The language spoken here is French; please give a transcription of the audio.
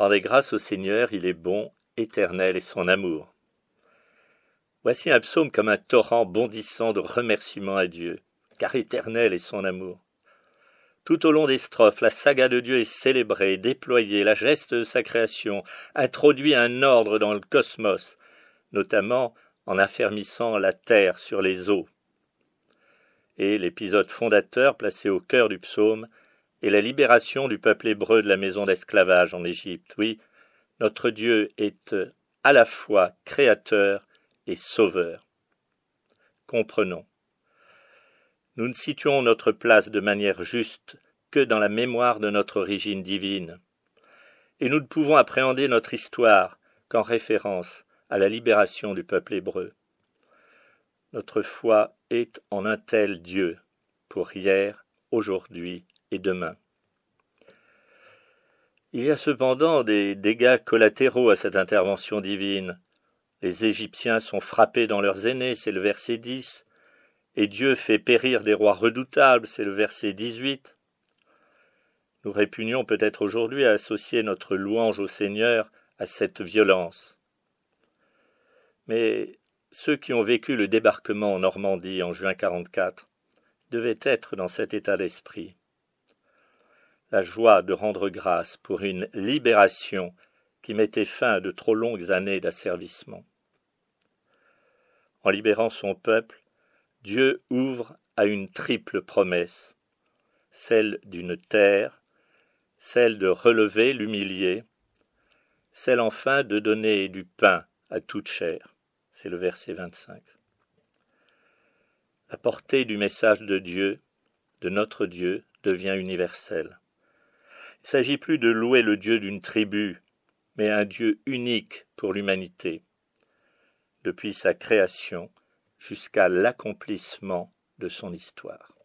Rendez grâce au Seigneur, il est bon, éternel est son amour. Voici un psaume comme un torrent bondissant de remerciements à Dieu, car éternel est son amour. Tout au long des strophes, la saga de Dieu est célébrée, déployée, la geste de sa création introduit un ordre dans le cosmos, notamment en affermissant la terre sur les eaux. Et l'épisode fondateur, placé au cœur du psaume, est la libération du peuple hébreu de la maison d'esclavage en Égypte. Oui, notre Dieu est à la fois créateur et sauveur. Comprenons. Nous ne situons notre place de manière juste que dans la mémoire de notre origine divine. Et nous ne pouvons appréhender notre histoire qu'en référence à la libération du peuple hébreu. Notre foi est en un tel Dieu, pour hier, aujourd'hui et demain. Il y a cependant des dégâts collatéraux à cette intervention divine. Les Égyptiens sont frappés dans leurs aînés, c'est le verset 10, et Dieu fait périr des rois redoutables, c'est le verset 18. Nous répugnons peut-être aujourd'hui à associer notre louange au Seigneur à cette violence. Mais ceux qui ont vécu le débarquement en Normandie en juin 1944 devaient être dans cet état d'esprit. La joie de rendre grâce pour une libération qui mettait fin à de trop longues années d'asservissement. En libérant son peuple, Dieu ouvre à une triple promesse, celle d'une terre, celle de relever l'humilié, celle enfin de donner du pain à toute chair. C'est le verset 25. La portée du message de Dieu, de notre Dieu, devient universelle. Il ne s'agit plus de louer le Dieu d'une tribu, mais un Dieu unique pour l'humanité, depuis sa création jusqu'à l'accomplissement de son histoire.